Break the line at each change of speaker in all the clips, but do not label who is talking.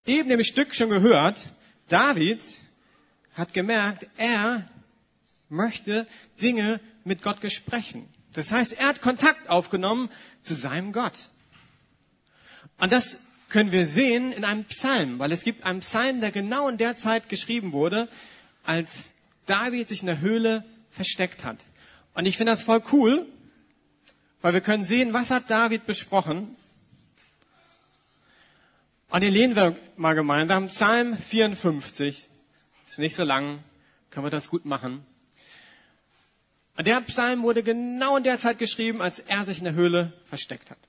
Eben im Stück schon gehört, David hat gemerkt, er möchte Dinge mit Gott besprechen. Das heißt, er hat Kontakt aufgenommen zu seinem Gott. Und das können wir sehen in einem Psalm, weil es gibt einen Psalm, der genau in der Zeit geschrieben wurde, als David sich in der Höhle versteckt hat. Und ich finde das voll cool, weil wir können sehen, was hat David besprochen. Und den lesen wir mal gemeinsam. Psalm 54. Ist nicht so lang, können wir das gut machen. Und der Psalm wurde genau in der Zeit geschrieben, als er sich in der Höhle versteckt hat.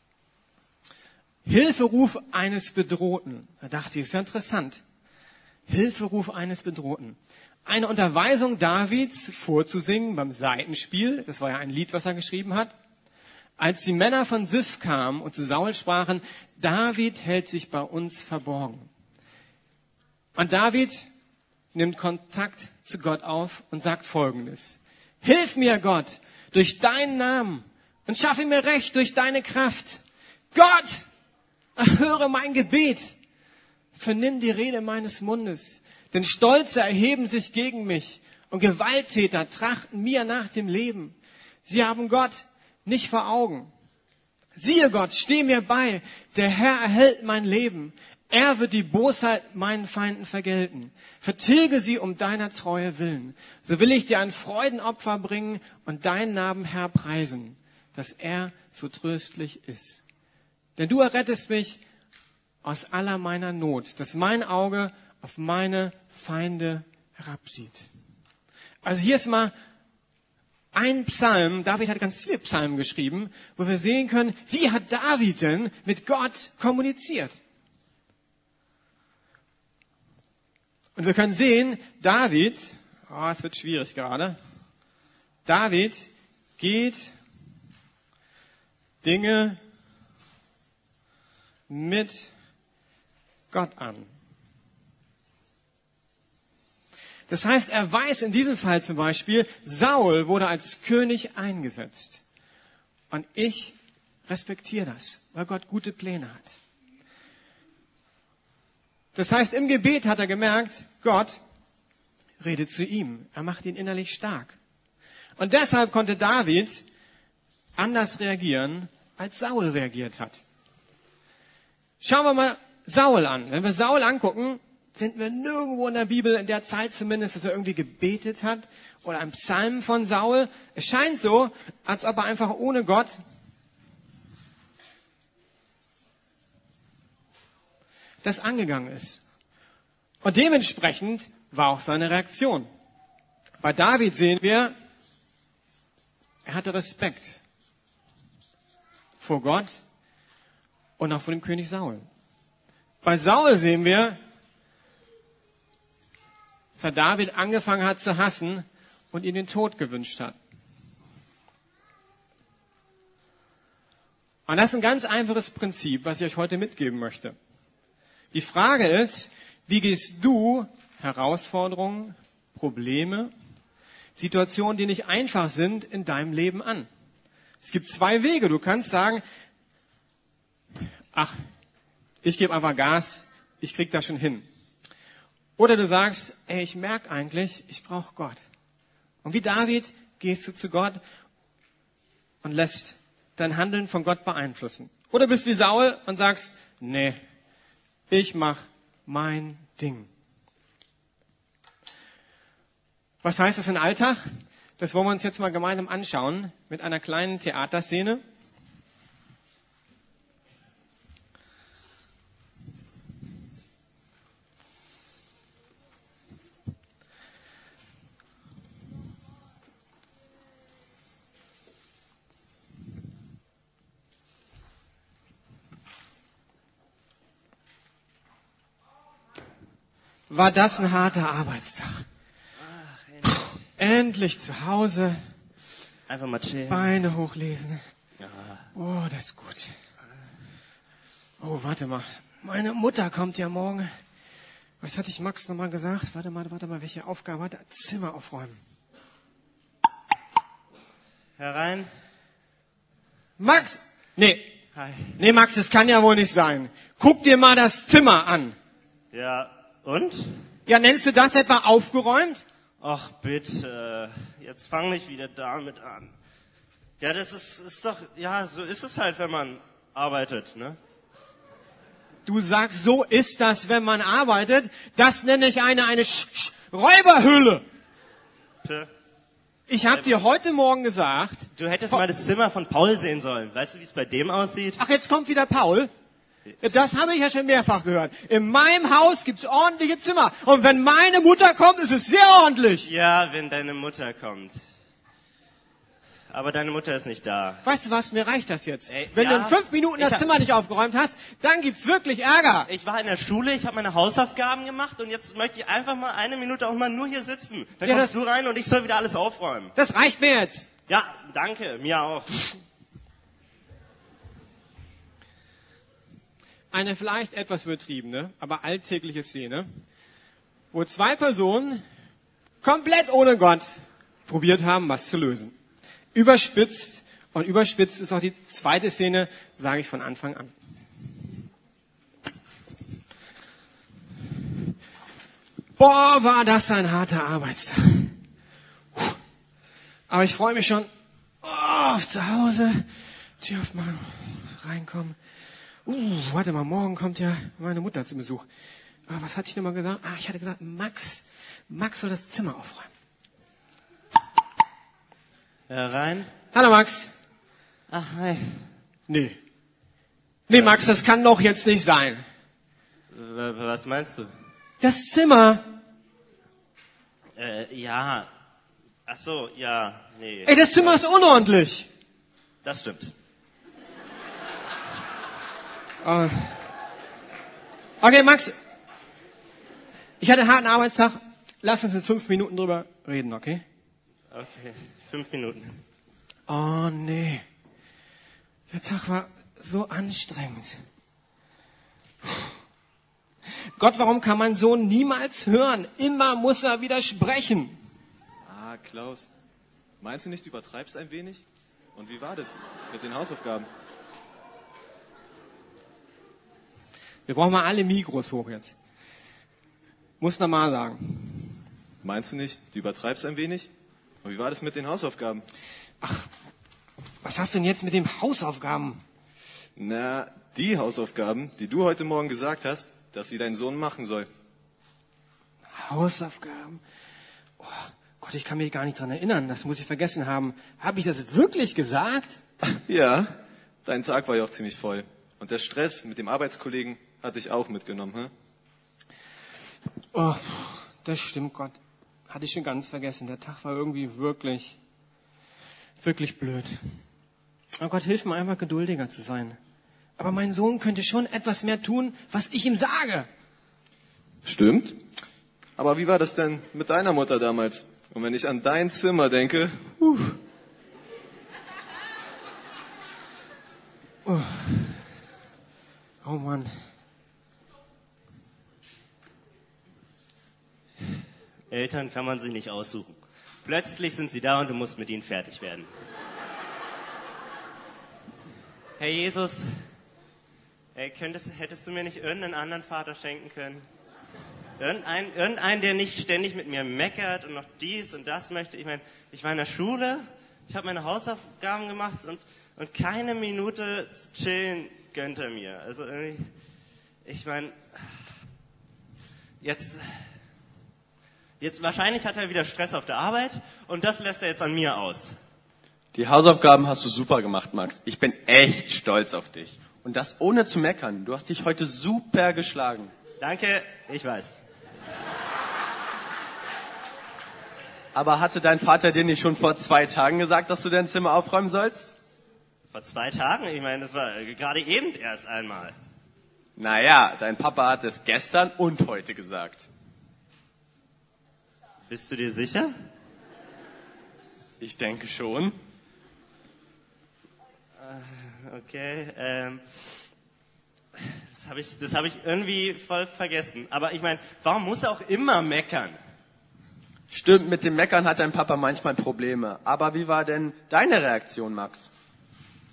Hilferuf eines Bedrohten. Da dachte ich, ist ja interessant. Hilferuf eines Bedrohten. Eine Unterweisung Davids vorzusingen beim Saitenspiel. Das war ja ein Lied, was er geschrieben hat. Als die Männer von Sif kamen und zu Saul sprachen, David hält sich bei uns verborgen. Und David nimmt Kontakt zu Gott auf und sagt Folgendes. Hilf mir, Gott, durch deinen Namen und schaffe mir Recht durch deine Kraft. Gott, erhöre mein Gebet. Vernimm die Rede meines Mundes. Denn Stolze erheben sich gegen mich und Gewalttäter trachten mir nach dem Leben. Sie haben Gott nicht vor Augen. Siehe Gott, steh mir bei. Der Herr erhält mein Leben. Er wird die Bosheit meinen Feinden vergelten. Vertilge sie um deiner Treue willen. So will ich dir ein Freudenopfer bringen und deinen Namen, Herr, preisen, dass er so tröstlich ist. Denn du errettest mich aus aller meiner Not, dass mein Auge auf meine Feinde herabsieht. Also hier ist mal ein Psalm. David hat ganz viele Psalmen geschrieben, wo wir sehen können, wie hat David denn mit Gott kommuniziert? Und wir können sehen, David, es wird schwierig gerade, David geht Dinge mit Gott an. Das heißt, er weiß in diesem Fall zum Beispiel, Saul wurde als König eingesetzt. Und ich respektiere das, weil Gott gute Pläne hat. Das heißt, im Gebet hat er gemerkt, Gott redet zu ihm. Er macht ihn innerlich stark. Und deshalb konnte David anders reagieren, als Saul reagiert hat. Schauen wir mal Saul an. Wenn wir Saul angucken, finden wir nirgendwo in der Bibel, in der Zeit zumindest, dass er irgendwie gebetet hat oder ein Psalm von Saul. Es scheint so, als ob er einfach ohne Gott das angegangen ist. Und dementsprechend war auch seine Reaktion. Bei David sehen wir, er hatte Respekt vor Gott und auch vor dem König Saul. Bei Saul sehen wir, dass er David angefangen hat zu hassen und ihm den Tod gewünscht hat. Und das ist ein ganz einfaches Prinzip, was ich euch heute mitgeben möchte. Die Frage ist, wie gehst du Herausforderungen, Probleme, Situationen, die nicht einfach sind, in deinem Leben an? Es gibt zwei Wege. Du kannst sagen, ich gebe einfach Gas, ich krieg das schon hin. Oder du sagst, ich merke eigentlich, ich brauche Gott. Und wie David gehst du zu Gott und lässt dein Handeln von Gott beeinflussen. Oder bist wie Saul und sagst, nee, ich mache mein Ding. Was heißt das im Alltag? Das wollen wir uns jetzt mal gemeinsam anschauen mit einer kleinen Theaterszene. War das ein harter Arbeitstag? Endlich zu Hause.
Einfach mal chillen.
Beine hochlesen.
Ja.
Oh, das ist gut. Oh, warte mal. Meine Mutter kommt ja morgen. Was hatte ich Max nochmal gesagt? Warte mal, welche Aufgabe hat er? Zimmer aufräumen.
Herein.
Max! Nee.
Hi.
Nee, Max, das kann ja wohl nicht sein. Guck dir mal das Zimmer an.
Ja, und?
Ja, nennst du das etwa aufgeräumt?
Ach bitte, jetzt fang nicht wieder damit an. Ja, das ist doch, ja, so ist es halt, wenn man arbeitet, ne?
Du sagst, so ist das, wenn man arbeitet. Das nenne ich eine Räuberhöhle.
Tö.
Ich habe dir heute Morgen gesagt...
Du hättest mal das Zimmer von Paul sehen sollen. Weißt du, wie es bei dem aussieht?
Ach, jetzt kommt wieder Paul. Das habe ich ja schon mehrfach gehört. In meinem Haus gibt's ordentliche Zimmer. Und wenn meine Mutter kommt, ist es sehr ordentlich.
Ja, wenn deine Mutter kommt. Aber deine Mutter ist nicht da.
Weißt du was, mir reicht das jetzt.
Ey,
Wenn
ja,
du in 5 Minuten das Zimmer nicht aufgeräumt hast, dann gibt's wirklich Ärger.
Ich war in der Schule, ich habe meine Hausaufgaben gemacht und jetzt möchte ich einfach mal 1 Minute auch mal nur hier sitzen. Dann
Ja,
kommst du rein und ich soll wieder alles aufräumen.
Das reicht mir jetzt.
Ja, danke, mir auch.
Eine vielleicht etwas übertriebene, aber alltägliche Szene, wo 2 Personen komplett ohne Gott probiert haben, was zu lösen. Überspitzt, und überspitzt ist auch die zweite Szene, sage ich von Anfang an. Boah, war das ein harter Arbeitstag. Aber ich freue mich schon auf zu Hause, Tür aufmachen, reinkommen. Warte mal, morgen kommt ja meine Mutter zu Besuch. Was hatte ich nochmal gesagt? Ich hatte gesagt, Max soll das Zimmer aufräumen.
Herein.
Hallo Max.
Ach, hi.
Nee, Max, das kann doch jetzt nicht sein.
Was meinst du?
Das Zimmer.
Ja. Ach so, ja, nee.
Ey, das Zimmer ist unordentlich.
Das stimmt.
Okay, Max. Ich hatte einen harten Arbeitstag. Lass uns in 5 Minuten drüber reden, okay?
Okay, 5 Minuten.
Oh, nee. Der Tag war so anstrengend. Gott, warum kann mein Sohn niemals hören? Immer muss er widersprechen.
Klaus, meinst du nicht, du übertreibst ein wenig? Und wie war das mit den Hausaufgaben?
Wir brauchen mal alle Mikros hoch jetzt. Muss normal sagen.
Meinst du nicht, du übertreibst ein wenig? Und wie war das mit den Hausaufgaben?
Was hast du denn jetzt mit den Hausaufgaben?
Na, die Hausaufgaben, die du heute Morgen gesagt hast, dass sie dein Sohn machen soll.
Hausaufgaben? Oh Gott, ich kann mich gar nicht dran erinnern. Das muss ich vergessen haben. Habe ich das wirklich gesagt?
Ja, dein Tag war ja auch ziemlich voll. Und der Stress mit dem Arbeitskollegen hatte ich auch mitgenommen, hä?
Oh, das stimmt, Gott. Hatte ich schon ganz vergessen. Der Tag war irgendwie wirklich blöd. Oh Gott, hilf mir einfach geduldiger zu sein. Aber mein Sohn könnte schon etwas mehr tun, was ich ihm sage.
Stimmt. Aber wie war das denn mit deiner Mutter damals? Und wenn ich an dein Zimmer denke,
Oh Mann.
Eltern kann man sich nicht aussuchen. Plötzlich sind sie da und du musst mit ihnen fertig werden. Herr Jesus, hättest du mir nicht irgendeinen anderen Vater schenken können? Irgendeinen, der nicht ständig mit mir meckert und noch dies und das möchte. Ich meine, ich war in der Schule, ich habe meine Hausaufgaben gemacht und keine Minute chillen gönnt er mir. Also irgendwie, ich meine, jetzt wahrscheinlich hat er wieder Stress auf der Arbeit und das lässt er jetzt an mir aus.
Die Hausaufgaben hast du super gemacht, Max. Ich bin echt stolz auf dich. Und das ohne zu meckern. Du hast dich heute super geschlagen.
Danke, ich weiß.
Aber hatte dein Vater dir nicht schon vor 2 Tagen gesagt, dass du dein Zimmer aufräumen sollst?
Vor 2 Tagen? Ich meine, das war gerade eben erst einmal.
Naja, dein Papa hat es gestern und heute gesagt.
Bist du dir sicher?
Ich denke schon.
Okay, das hab ich irgendwie voll vergessen. Aber ich meine, warum muss er auch immer meckern?
Stimmt, mit dem Meckern hat dein Papa manchmal Probleme. Aber wie war denn deine Reaktion, Max?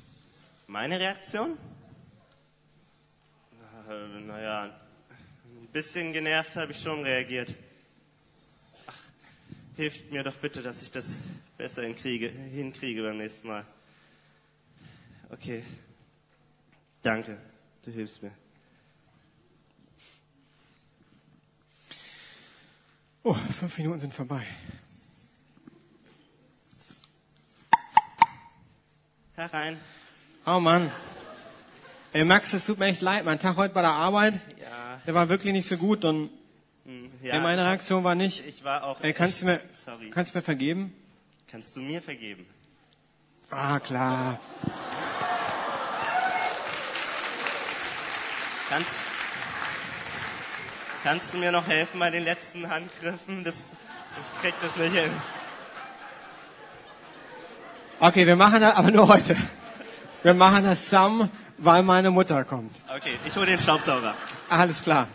Meine Reaktion? Naja, bisschen genervt habe ich schon reagiert. Ach, hilft mir doch bitte, dass ich das besser hinkriege beim nächsten Mal. Okay. Danke, du hilfst mir.
Oh, 5 Minuten sind vorbei.
Herein.
Oh Mann. Ey Max, es tut mir echt leid. Mein Tag heute bei der Arbeit,
Ja.
der war wirklich nicht so gut und
Ja,
meine Reaktion war nicht.
ich war auch.
Ey, kannst du mir vergeben?
Kannst du mir vergeben?
Ah, klar.
Kannst du mir noch helfen bei den letzten Handgriffen? Ich krieg das nicht hin.
Okay, wir machen das, aber nur heute. Wir machen das zusammen, weil meine Mutter kommt.
Okay, ich hole den Staubsauger.
Alles klar.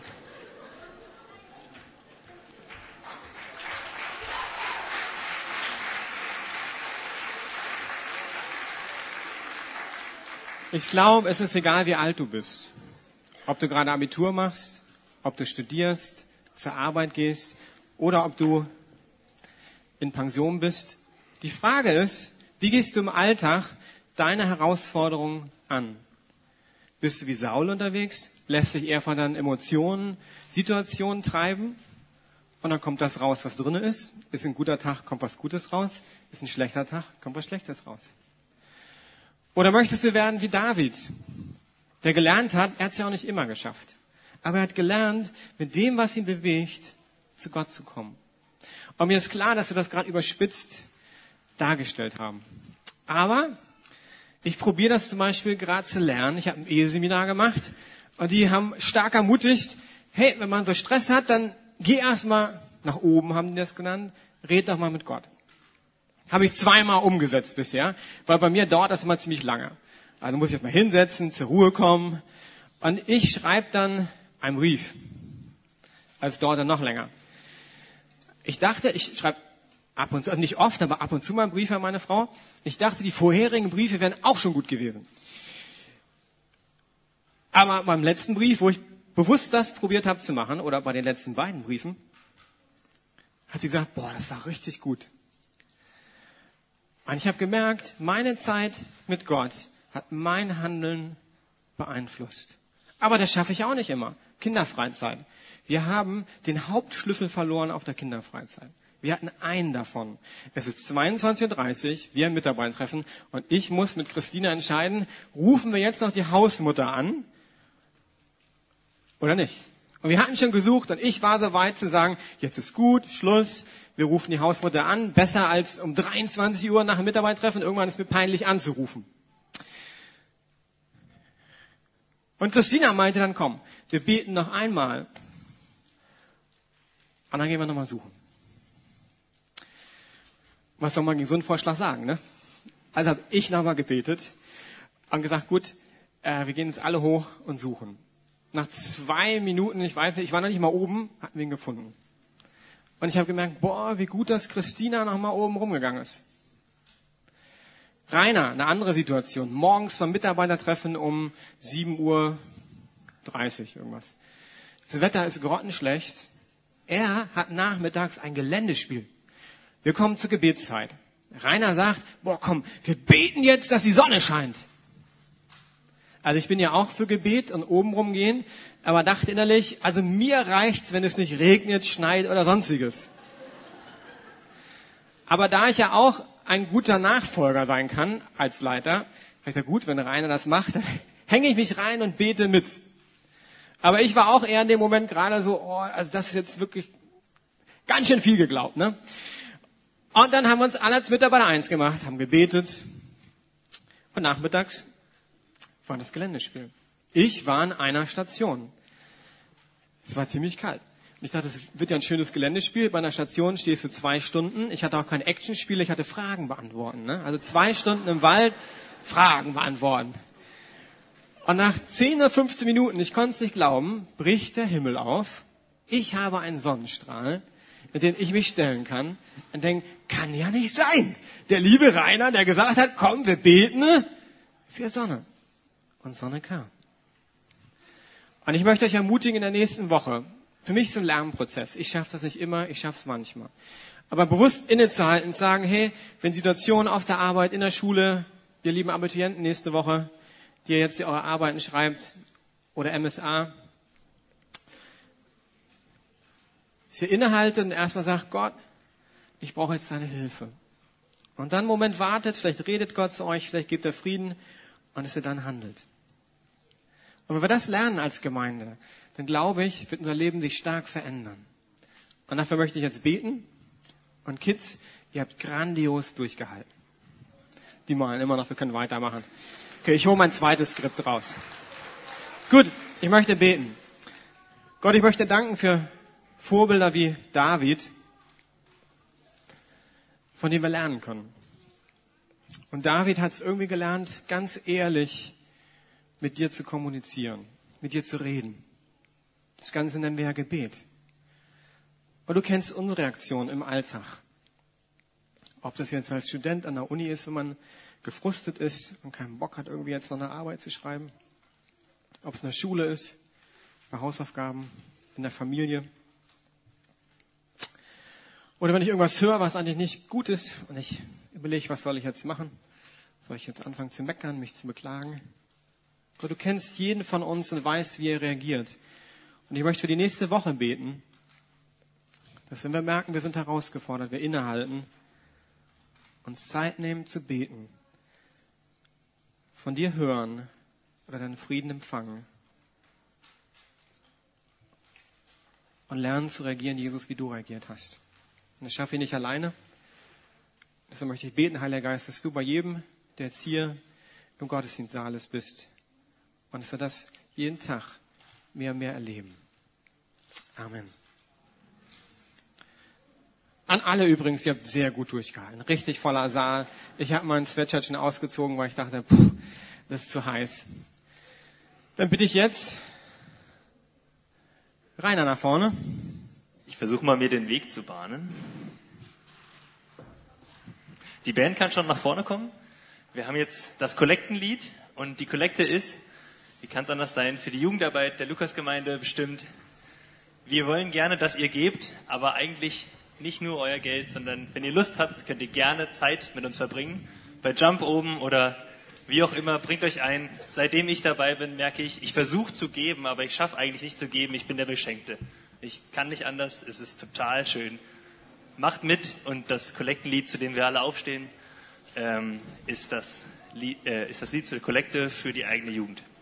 Ich glaube, es ist egal, wie alt du bist. Ob du gerade Abitur machst, ob du studierst, zur Arbeit gehst oder ob du in Pension bist. Die Frage ist, wie gehst du im Alltag deine Herausforderungen an? Bist du wie Saul unterwegs? Lässt dich eher von deinen Emotionen, Situationen treiben? Und dann kommt das raus, was drin ist. Ist ein guter Tag, kommt was Gutes raus. Ist ein schlechter Tag, kommt was Schlechtes raus. Oder möchtest du werden wie David, der gelernt hat, er hat es ja auch nicht immer geschafft. Aber er hat gelernt, mit dem, was ihn bewegt, zu Gott zu kommen. Und mir ist klar, dass wir das gerade überspitzt dargestellt haben. Aber ich probiere das zum Beispiel gerade zu lernen. Ich habe ein Eheseminar gemacht und die haben stark ermutigt, hey, wenn man so Stress hat, dann geh erstmal nach oben, haben die das genannt, red doch mal mit Gott. Habe ich 2-mal umgesetzt bisher, weil bei mir dauert das immer ziemlich lange. Also muss ich jetzt mal hinsetzen, zur Ruhe kommen und ich schreibe dann einen Brief. Also es dauert dann noch länger. Ich dachte, ich schreibe ab und zu, also nicht oft, aber ab und zu mal einen Brief an meine Frau. Ich dachte, die vorherigen Briefe wären auch schon gut gewesen. Aber beim letzten Brief, wo ich bewusst das probiert habe zu machen, oder bei den letzten beiden Briefen, hat sie gesagt, boah, das war richtig gut. Und ich habe gemerkt, meine Zeit mit Gott hat mein Handeln beeinflusst. Aber das schaffe ich auch nicht immer. Kinderfreizeit. Wir haben den Hauptschlüssel verloren auf der Kinderfreizeit. Wir hatten einen davon. Es ist 22:30 Uhr, wir Mitarbeitertreffen und ich muss mit Christina entscheiden, rufen wir jetzt noch die Hausmutter an oder nicht? Und wir hatten schon gesucht und ich war so weit zu sagen, jetzt ist gut, Schluss, wir rufen die Hausmutter an, besser als um 23 Uhr nach dem Mitarbeitertreffen, irgendwann ist mir peinlich anzurufen. Und Christina meinte dann, komm, wir beten noch einmal und dann gehen wir nochmal suchen. Was soll man gegen so einen Vorschlag sagen, ne? Also habe ich nochmal gebetet und gesagt, gut, wir gehen jetzt alle hoch und suchen. Nach 2 Minuten, ich weiß nicht, ich war noch nicht mal oben, hatten wir ihn gefunden. Und ich habe gemerkt, boah, wie gut, dass Christina nochmal oben rumgegangen ist. Rainer, eine andere Situation. Morgens beim Mitarbeitertreffen um 7:30 Uhr irgendwas. Das Wetter ist grottenschlecht. Er hat nachmittags ein Geländespiel. Wir kommen zur Gebetszeit. Rainer sagt, boah, komm, wir beten jetzt, dass die Sonne scheint. Also ich bin ja auch für Gebet und oben rumgehen, aber dachte innerlich, also mir reicht's, wenn es nicht regnet, schneit oder sonstiges. Aber da ich ja auch ein guter Nachfolger sein kann als Leiter, habe ich gesagt, gut, wenn Rainer das macht, dann hänge ich mich rein und bete mit. Aber ich war auch eher in dem Moment gerade so, oh, also das ist jetzt wirklich ganz schön viel geglaubt, ne? Und dann haben wir uns alle als Mitarbeiter 1 gemacht, haben gebetet und nachmittags war das Geländespiel. Ich war an einer Station. Es war ziemlich kalt. Und ich dachte, das wird ja ein schönes Geländespiel. Bei einer Station stehst du 2 Stunden. Ich hatte auch kein Actionspiel, ich hatte Fragen beantworten. Ne? Also 2 Stunden im Wald, Fragen beantworten. Und nach 10 oder 15 Minuten, ich konnte es nicht glauben, bricht der Himmel auf. Ich habe einen Sonnenstrahl, in den ich mich stellen kann und denke, kann ja nicht sein. Der liebe Rainer, der gesagt hat, komm, wir beten für Sonne. Und Sonne kam. Und ich möchte euch ermutigen, in der nächsten Woche Für mich ist es ein Lernprozess. Ich schaffe das nicht immer, ich schaffe es manchmal. Aber bewusst innezuhalten und sagen, hey, wenn Situationen auf der Arbeit, in der Schule, ihr lieben Abiturienten nächste Woche, die ihr jetzt eure Arbeiten schreibt oder MSA, dass ihr innehaltet und erstmal sagt, Gott, ich brauche jetzt deine Hilfe. Und dann einen Moment wartet, vielleicht redet Gott zu euch, vielleicht gibt er Frieden und dass ihr dann handelt. Und wenn wir das lernen als Gemeinde, dann glaube ich, wird unser Leben sich stark verändern. Und dafür möchte ich jetzt beten. Und Kids, ihr habt grandios durchgehalten. Die malen immer noch, wir können weitermachen. Okay, ich hole mein zweites Skript raus. Gut, ich möchte beten. Gott, ich möchte danken für Vorbilder wie David, von denen wir lernen können. Und David hat es irgendwie gelernt, ganz ehrlich mit dir zu kommunizieren, mit dir zu reden. Das Ganze nennen wir ja Gebet. Und du kennst unsere Reaktion im Alltag. Ob das jetzt als Student an der Uni ist, wenn man gefrustet ist und keinen Bock hat, irgendwie jetzt noch eine Arbeit zu schreiben. Ob es in der Schule ist, bei Hausaufgaben, in der Familie. Oder wenn ich irgendwas höre, was eigentlich nicht gut ist und ich überlege, was soll ich jetzt machen? Soll ich jetzt anfangen zu meckern, mich zu beklagen? Gott, du kennst jeden von uns und weißt, wie er reagiert. Und ich möchte für die nächste Woche beten, dass wenn wir merken, wir sind herausgefordert, wir innehalten, uns Zeit nehmen zu beten, von dir hören oder deinen Frieden empfangen und lernen zu reagieren, Jesus, wie du reagiert hast. Und das schaffe ich nicht alleine. Deshalb möchte ich beten, Heiliger Geist, dass du bei jedem, der jetzt hier im Gottesdienstsaal bist, und dass wir das jeden Tag mehr und mehr erleben. Amen. An alle übrigens, ihr habt sehr gut durchgehalten. Richtig voller Saal. Ich habe mein Sweatshirtchen ausgezogen, weil ich dachte, das ist zu heiß. Dann bitte ich jetzt Rainer nach vorne.
Ich versuche mal, mir den Weg zu bahnen. Die Band kann schon nach vorne kommen. Wir haben jetzt das Kollektenlied und die Kollekte ist, wie kann es anders sein, für die Jugendarbeit der Lukasgemeinde bestimmt. Wir wollen gerne, dass ihr gebt, aber eigentlich nicht nur euer Geld, sondern wenn ihr Lust habt, könnt ihr gerne Zeit mit uns verbringen. Bei Jump oben oder wie auch immer, bringt euch ein. Seitdem ich dabei bin, merke ich versuche zu geben, aber ich schaffe eigentlich nicht zu geben. Ich bin der Beschenkte. Ich kann nicht anders. Es ist total schön. Macht mit und das Kollektenlied, zu dem wir alle aufstehen, ist das Lied zur Kollekte für die eigene Jugend.